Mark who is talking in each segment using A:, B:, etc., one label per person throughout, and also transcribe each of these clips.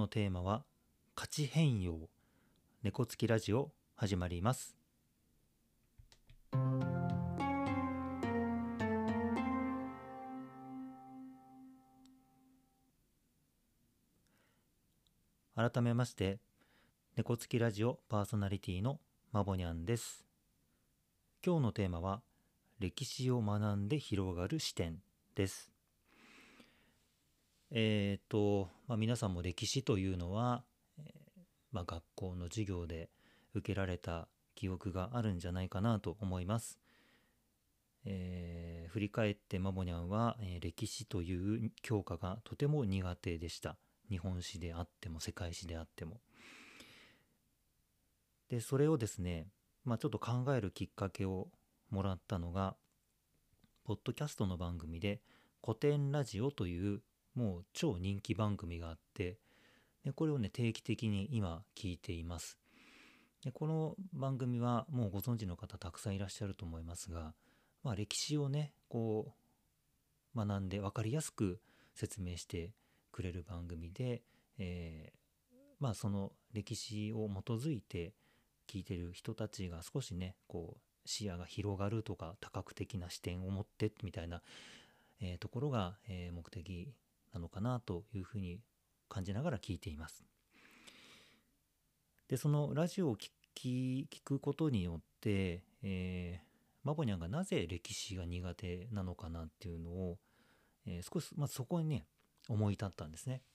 A: テーマは価値変容猫つきラジオ始まります。改めまして猫つきラジオパーソナリティのまぼにゃんです。今日のテーマは歴史を学んで広がる視点です。皆さんも歴史というのは、学校の授業で受けられた記憶があるんじゃないかなと思います。振り返ってまぼにゃんは、歴史という教科がとても苦手でした。日本史であっても世界史であっても。でそれをですね、ちょっと考えるきっかけをもらったのがポッドキャストの番組で古典ラジオというもう超人気番組があって、でこれをね定期的に今聞いています。でこの番組はもうご存知の方たくさんいらっしゃると思いますが、歴史をねこう学んで分かりやすく説明してくれる番組で、その歴史を基づいて聞いてる人たちが少しねこう視野が広がるとか多角的な視点を持ってみたいな、ところが、目的なのかなというふうに感じながら聞いています。でそのラジオを聞くことによって、マボニャンがなぜ歴史が苦手なのかなっていうのを、少し、そこにね思い立ったんですね。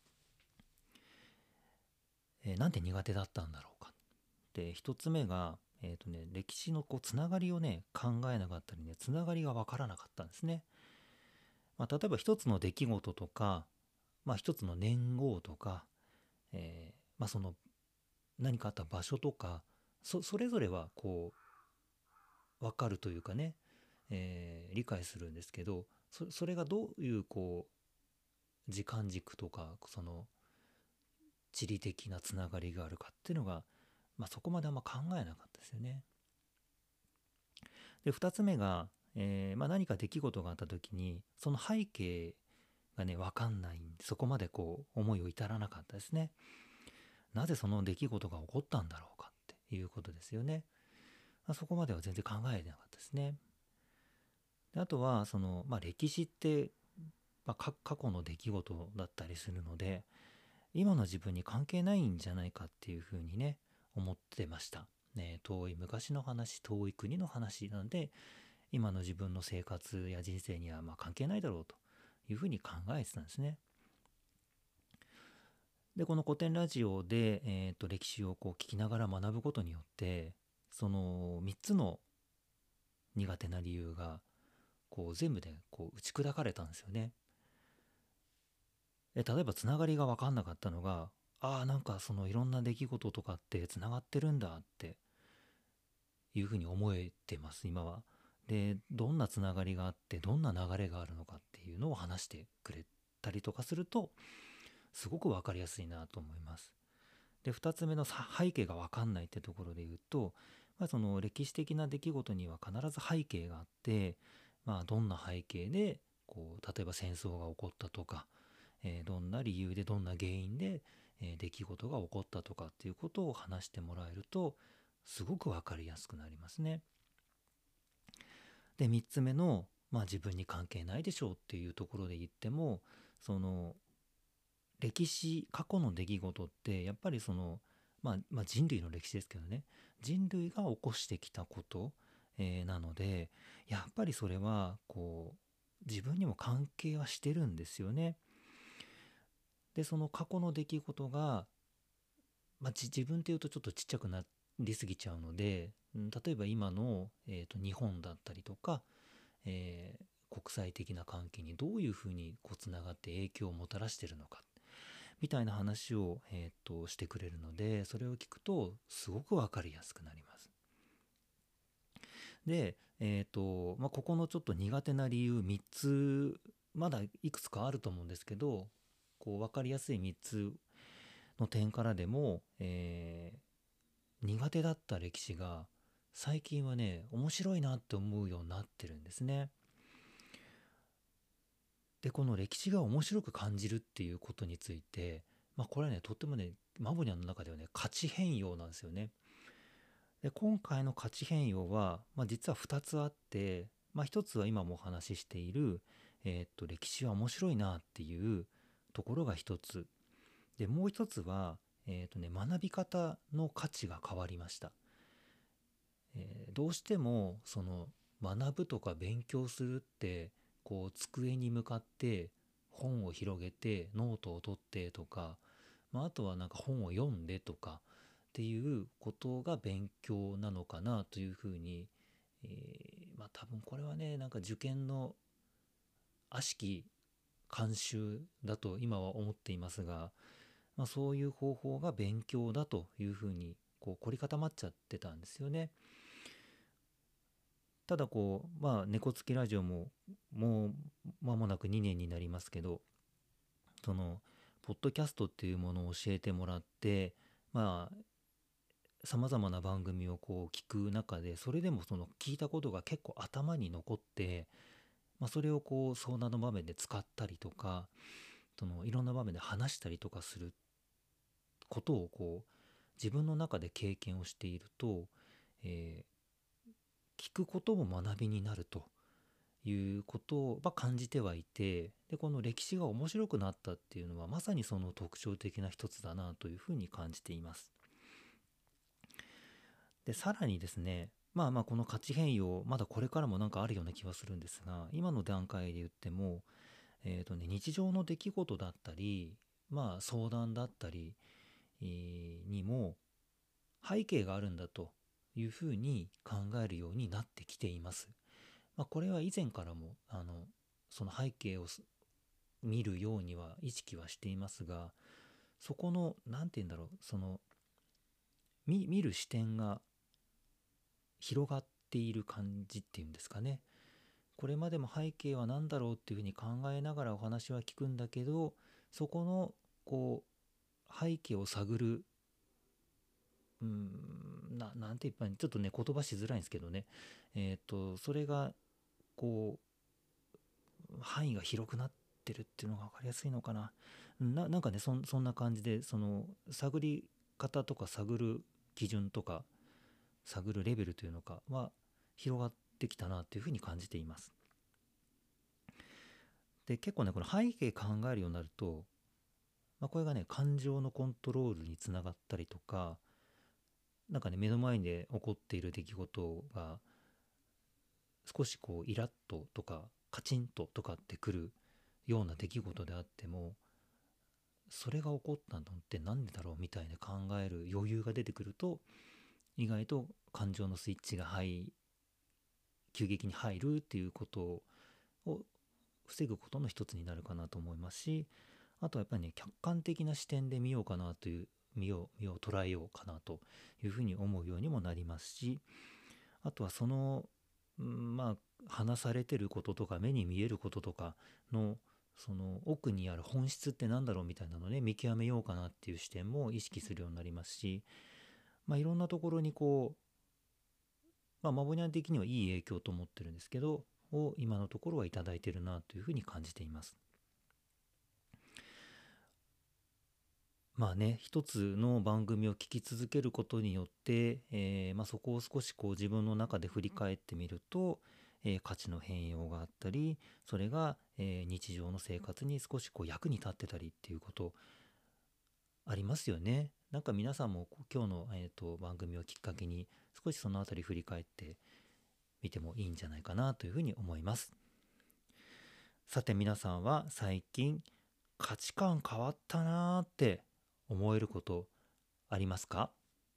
A: なんで苦手だったんだろうか。で一つ目が、歴史のこうつながりをね考えなかったりね、つながりが分からなかったんですね。例えば一つの出来事とか、一つの年号とか、その何かあった場所とか、それぞれはこう分かるというかね、理解するんですけど、それがどういうこう時間軸とかその地理的なつながりがあるかっていうのが、そこまであんま考えなかったですよね。で2つ目が、何か出来事があった時にその背景がね分かんないんで、そこまでこう思いを至らなかったですね。なぜその出来事が起こったんだろうかっていうことですよね。そこまでは全然考えてなかったですね。であとはその、歴史って、過去の出来事だったりするので、今の自分に関係ないんじゃないかっていうふうにね思ってました。遠い昔の話、遠い国の話なので、今の自分の生活や人生には関係ないだろうというふうに考えてたんですね。でこの古典ラジオで、歴史をこう聞きながら学ぶことによって、その3つの苦手な理由がこう全部でこう打ち砕かれたんですよね。例えばつながりが分かんなかったのが、なんかそのいろんな出来事とかってつながってるんだっていうふうに思えてます今は。でどんなつながりがあってどんな流れがあるのかっていうのを話してくれたりとかするとすごく分かりやすいなと思います。で2つ目の背景が分かんないってところで言うと、その歴史的な出来事には必ず背景があって、どんな背景でこう例えば戦争が起こったとか、どんな理由でどんな原因で、出来事が起こったとかっていうことを話してもらえるとすごく分かりやすくなりますね。で3つ目の、自分に関係ないでしょうっていうところで言っても、その歴史過去の出来事ってやっぱりその、人類の歴史ですけどね、人類が起こしてきたこと、なのでやっぱりそれはこう自分にも関係はしてるんですよね。でその過去の出来事が、自分っていうとちょっとちっちゃくなりすぎちゃうので、例えば今の、日本だったりとか、国際的な関係にどういうふうにこうつながって影響をもたらしているのかみたいな話を、してくれるので、それを聞くとすごく分かりやすくなります。で、ここのちょっと苦手な理由3つ、まだいくつかあると思うんですけど、こう分かりやすい3つの点からでも、苦手だった歴史が最近はね面白いなって思うようになってるんですね。でこの歴史が面白く感じるっていうことについて、 これはね、とってもね、マボニャンの中ではね、価値変容なんですよね。で、今回の価値変容は、実は2つあって、1つは今もお話ししている、歴史は面白いなっていうところが1つ。で、もう1つは、学び方の価値が変わりました。どうしても、学ぶとか勉強するって、こう、机に向かって本を広げて、ノートを取ってとか、あとはなんか本を読んでとかっていうことが勉強なのかなというふうに、多分これはね、なんか受験の悪しき慣習だと今は思っていますが、そういう方法が勉強だというふうにこう凝り固まっちゃってたんですよね。ただこう、猫つきラジオももう間もなく2年になりますけど、そのポッドキャストっていうものを教えてもらって、さまざまな番組をこう聞く中で、それでもその聞いたことが結構頭に残って、それをこう相談の場面で使ったりとか、そのいろんな場面で話したりとかすることをこう自分の中で経験をしていると、え聞くことも学びになるということを感じてはいて、でこの歴史が面白くなったっていうのはまさにその特徴的な一つだなというふうに感じています。でさらにですね、この価値変容まだこれからもなんかあるような気はするんですが、今の段階で言っても、日常の出来事だったり、相談だったり、にも背景があるんだというふうに考えるようになってきています。これは以前からもその背景を見るようには意識はしていますが、そこの何て言うんだろう、その見る視点が広がっている感じっていうんですかね。これまでも背景は何だろうっていうふうに考えながらお話は聞くんだけど、そこのこう背景を探る、なんて言ったらちょっとね言葉しづらいんですけどね、それがこう範囲が広くなってるっていうのが分かりやすいのかな。なんかね、そんな感じで、その探り方とか探る基準とか探るレベルというのかは広がってきたなというふうに感じています。で結構ね、この背景考えるようになると、これがね感情のコントロールにつながったりとか、なんかね目の前で起こっている出来事が少しこうイラッととかカチンととかってくるような出来事であっても、それが起こったのってなんでだろうみたいな考える余裕が出てくると、意外と感情のスイッチが急激に入るっていうことを防ぐことの一つになるかなと思いますし、あとはやっぱりね客観的な視点で見ようかなという、見よう捉えようかなというふうに思うようにもなりますし、あとはその話されてることとか目に見えることとかのその奥にある本質って何だろうみたいなのをね見極めようかなっていう視点も意識するようになりますし、いろんなところにこう、マボニャン的にはいい影響と思ってるんですけどを今のところはいただいてるなというふうに感じています。一つの番組を聞き続けることによって、そこを少しこう自分の中で振り返ってみると、価値の変容があったり、それが、日常の生活に少しこう役に立ってたりっていうことありますよね。なんか皆さんも今日の、番組をきっかけに少しそのあたり振り返ってみてもいいんじゃないかなというふうに思います。さて皆さんは最近価値観変わったなーって思えることありますか？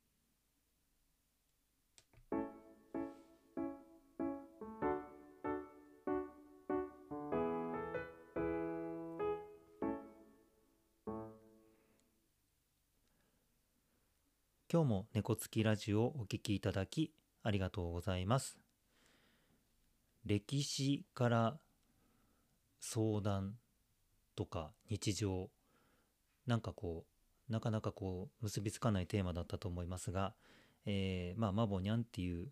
A: 今日も猫つきラジオをお聞きいただきありがとうございます。歴史から相談とか日常、なんかこなかなかこう結びつかないテーマだったと思いますが、マボニャンっていう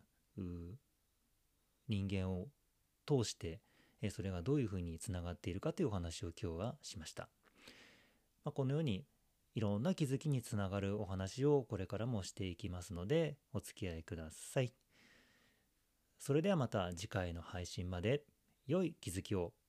A: 人間を通して、それがどういうふうにつながっているかというお話を今日はしました。このようにいろんな気づきにつながるお話をこれからもしていきますので、お付き合いください。それではまた次回の配信まで良い気づきを。